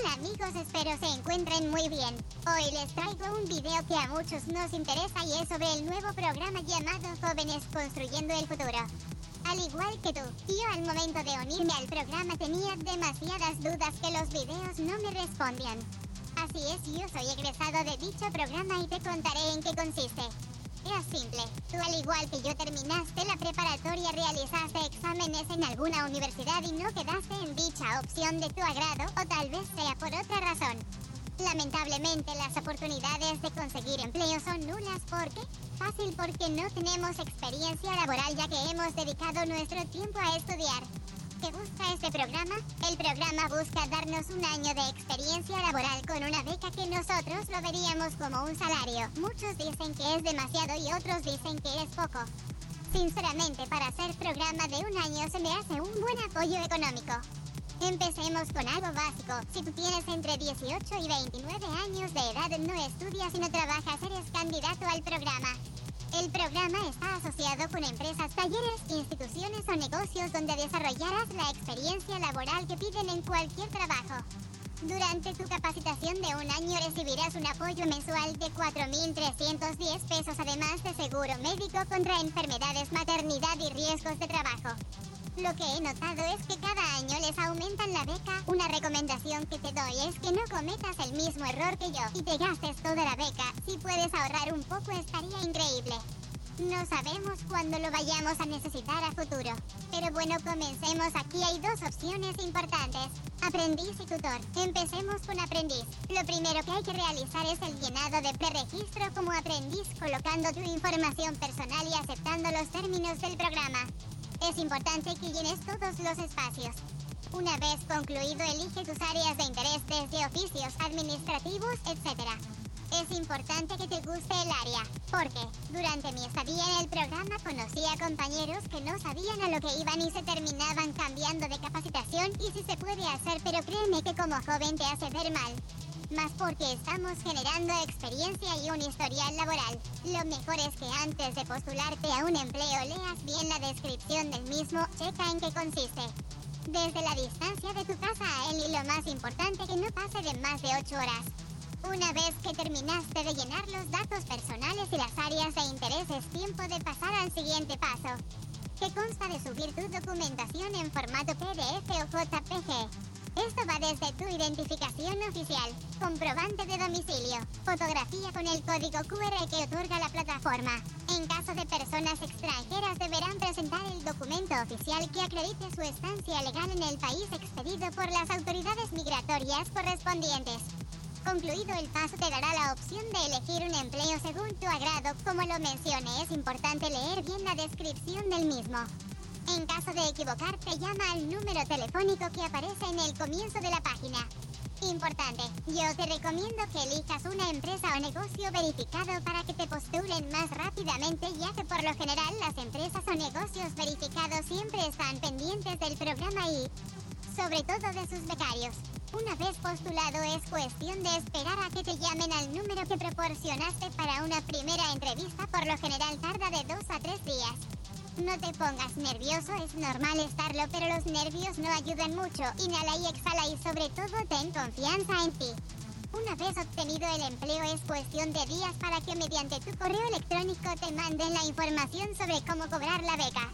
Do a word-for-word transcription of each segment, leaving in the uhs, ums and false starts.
Hola amigos, espero se encuentren muy bien. Hoy les traigo un video que a muchos nos interesa y es sobre el nuevo programa llamado Jóvenes Construyendo el Futuro. Al igual que tú, yo al momento de unirme al programa tenía demasiadas dudas que los videos no me respondían. Así es, yo soy egresado de dicho programa y te contaré en qué consiste. Es simple, tú al igual que yo terminaste la preparatoria, realizaste exámenes en alguna universidad y no quedaste en dicha opción de tu agrado, o tal vez sea por otra razón. Lamentablemente las oportunidades de conseguir empleo son nulas. ¿Por qué? Fácil, porque no tenemos experiencia laboral ya que hemos dedicado nuestro tiempo a estudiar. ¿Qué busca este programa? El programa busca darnos un año de experiencia laboral con una beca que nosotros lo veríamos como un salario. Muchos dicen que es demasiado y otros dicen que es poco. Sinceramente, para hacer programa de un año se me hace un buen apoyo económico. Empecemos con algo básico. Si tú tienes entre dieciocho y veintinueve años de edad, no estudias y no trabajas, eres candidato al programa. El programa está asociado con empresas, talleres, instituciones o negocios donde desarrollarás la experiencia laboral que piden en cualquier trabajo. Durante tu capacitación de un año recibirás un apoyo mensual de cuatro mil trescientos diez pesos, además de seguro médico contra enfermedades, maternidad y riesgos de trabajo. Lo que he notado es que cada año les aumentan la beca. Una recomendación que te doy es que no cometas el mismo error que yo y te gastes toda la beca. Si puedes ahorrar un poco estaría increíble. No sabemos cuándo lo vayamos a necesitar a futuro. Pero bueno, comencemos. Aquí hay dos opciones importantes: aprendiz y tutor. Empecemos con aprendiz. Lo primero que hay que realizar es el llenado de preregistro como aprendiz, colocando tu información personal y aceptando los términos del programa. Es importante que llenes todos los espacios. Una vez concluido, elige tus áreas de interés desde oficios, administrativos, etcétera. Es importante que te guste el área, porque durante mi estadía en el programa conocí a compañeros que no sabían a lo que iban y se terminaban cambiando de capacitación, y sí se puede hacer, pero créeme que como joven te hace ver mal. Más porque estamos generando experiencia y un historial laboral. Lo mejor es que antes de postularte a un empleo leas bien la descripción del mismo, checa en qué consiste. Desde la distancia de tu casa a él, y lo más importante, que no pase de más de ocho horas. Una vez que terminaste de llenar los datos personales y las áreas de interés, es tiempo de pasar al siguiente paso, que consta de subir tu documentación en formato P D F o J P G. Esto va desde tu identificación oficial, comprobante de domicilio, fotografía con el código Q R que otorga la plataforma. En caso de personas extranjeras, deberán presentar el documento oficial que acredite su estancia legal en el país expedido por las autoridades migratorias correspondientes. Concluido el paso, te dará la opción de elegir un empleo según tu agrado. Como lo mencioné, es importante leer bien la descripción del mismo. En caso de equivocarte, llama al número telefónico que aparece en el comienzo de la página. Importante, yo te recomiendo que elijas una empresa o negocio verificado para que te postulen más rápidamente, ya que por lo general las empresas o negocios verificados siempre están pendientes del programa y, sobre todo, de sus becarios. Una vez postulado, es cuestión de esperar a que te llamen al número que proporcionaste para una primera entrevista. Por lo general tarda de dos a tres días. No te pongas nervioso, es normal estarlo, pero los nervios no ayudan mucho. Inhala y exhala y sobre todo ten confianza en ti. Una vez obtenido el empleo, es cuestión de días para que mediante tu correo electrónico te manden la información sobre cómo cobrar la beca.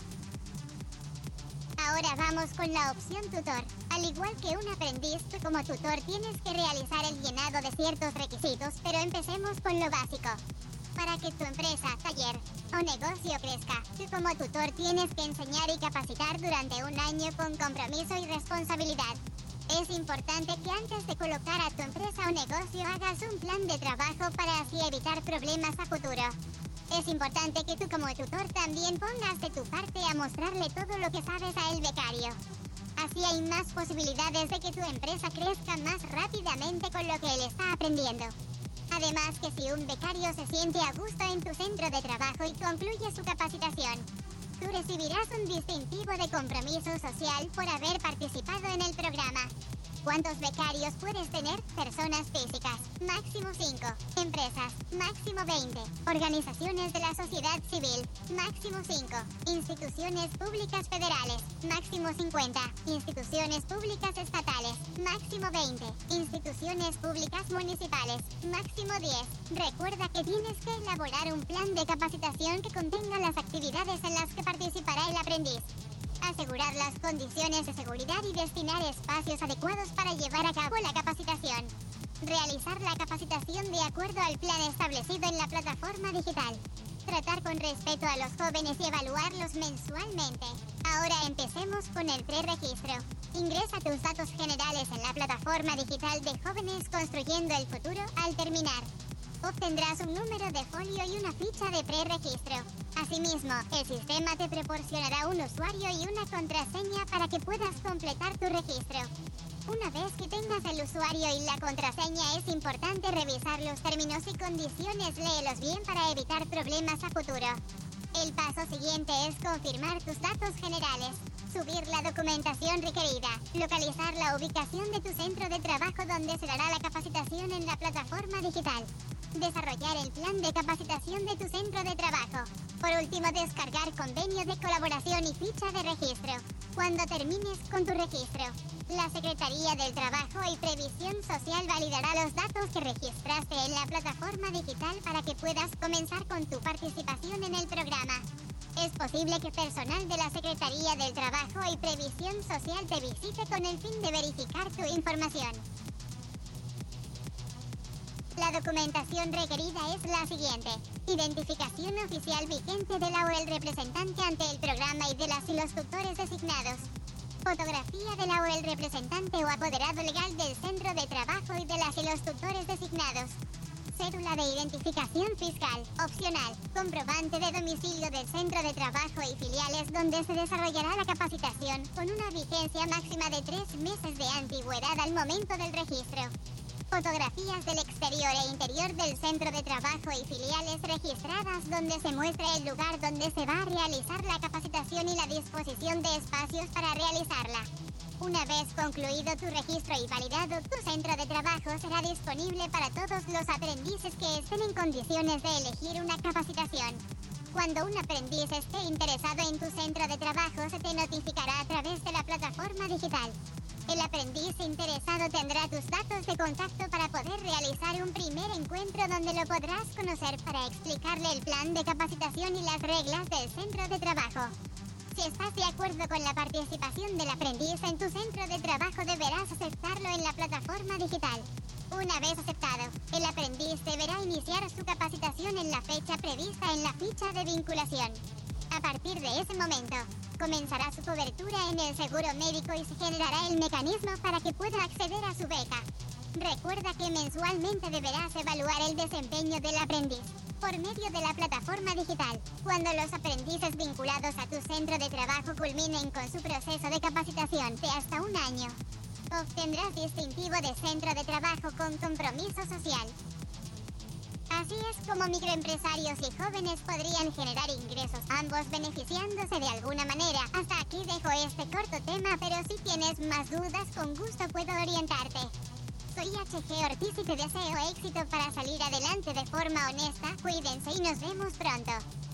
Ahora vamos con la opción tutor. Al igual que un aprendiz, tú como tutor tienes que realizar el llenado de ciertos requisitos, pero empecemos con lo básico. Para que tu empresa, taller o negocio crezca, tú como tutor tienes que enseñar y capacitar durante un año con compromiso y responsabilidad. Es importante que antes de colocar a tu empresa o negocio hagas un plan de trabajo para así evitar problemas a futuro. Es importante que tú como tutor también pongas de tu parte a mostrarle todo lo que sabes a el becario. Así hay más posibilidades de que tu empresa crezca más rápidamente con lo que él está aprendiendo. Además, que si un becario se siente a gusto en tu centro de trabajo y concluye su capacitación, tú recibirás un distintivo de compromiso social por haber participado en el programa. ¿Cuántos becarios puedes tener? Personas físicas, máximo cinco. Empresas, máximo veinte. Organizaciones de la sociedad civil, máximo cinco. Instituciones públicas federales, máximo cincuenta. Instituciones públicas estatales, máximo veinte. Instituciones públicas municipales, máximo diez. Recuerda que tienes que elaborar un plan de capacitación que contenga las actividades en las que participará el aprendiz. Asegurar las condiciones de seguridad y destinar espacios adecuados para llevar a cabo la capacitación. Realizar la capacitación de acuerdo al plan establecido en la plataforma digital. Tratar con respeto a los jóvenes y evaluarlos mensualmente. Ahora empecemos con el preregistro. Ingresa tus datos generales en la plataforma digital de Jóvenes Construyendo el Futuro al terminar. Obtendrás un número de folio y una ficha de preregistro. Asimismo, el sistema te proporcionará un usuario y una contraseña para que puedas completar tu registro. Una vez que tengas el usuario y la contraseña, es importante revisar los términos y condiciones. Léelos bien para evitar problemas a futuro. El paso siguiente es confirmar tus datos generales, subir la documentación requerida, localizar la ubicación de tu centro de trabajo donde se dará la capacitación en la plataforma digital, desarrollar el plan de capacitación de tu centro de trabajo. Por último, descargar convenio de colaboración y ficha de registro. Cuando termines con tu registro, la Secretaría del Trabajo y Previsión Social validará los datos que registraste en la plataforma digital para que puedas comenzar con tu participación en el programa. Es posible que personal de la Secretaría del Trabajo y Previsión Social te visite con el fin de verificar tu información. La documentación requerida es la siguiente: identificación oficial vigente de la o el representante ante el programa y de las y los tutores designados. Fotografía de la o el representante o apoderado legal del centro de trabajo y de las y los tutores designados. Cédula de identificación fiscal, opcional, comprobante de domicilio del centro de trabajo y filiales donde se desarrollará la capacitación, con una vigencia máxima de tres meses de antigüedad al momento del registro. Fotografías del exterior e interior del centro de trabajo y filiales registradas donde se muestra el lugar donde se va a realizar la capacitación y la disposición de espacios para realizarla. Una vez concluido tu registro y validado, tu centro de trabajo será disponible para todos los aprendices que estén en condiciones de elegir una capacitación. Cuando un aprendiz esté interesado en tu centro de trabajo, se te notificará a través de la plataforma digital. El aprendiz interesado tendrá tus datos de contacto para poder realizar un primer encuentro donde lo podrás conocer para explicarle el plan de capacitación y las reglas del centro de trabajo. Si estás de acuerdo con la participación del aprendiz en tu centro de trabajo, deberás aceptarlo en la plataforma digital. Una vez aceptado, el aprendiz deberá iniciar su capacitación en la fecha prevista en la ficha de vinculación. A partir de ese momento, comenzará su cobertura en el seguro médico y se generará el mecanismo para que pueda acceder a su beca. Recuerda que mensualmente deberás evaluar el desempeño del aprendiz por medio de la plataforma digital. Cuando los aprendices vinculados a tu centro de trabajo culminen con su proceso de capacitación de hasta un año, obtendrás distintivo de centro de trabajo con compromiso social. Así es como microempresarios y jóvenes podrían generar ingresos, ambos beneficiándose de alguna manera. Hasta aquí dejo este corto tema, pero si tienes más dudas, con gusto puedo orientarte. Soy H G Ortiz y te deseo éxito para salir adelante de forma honesta. Cuídense y nos vemos pronto.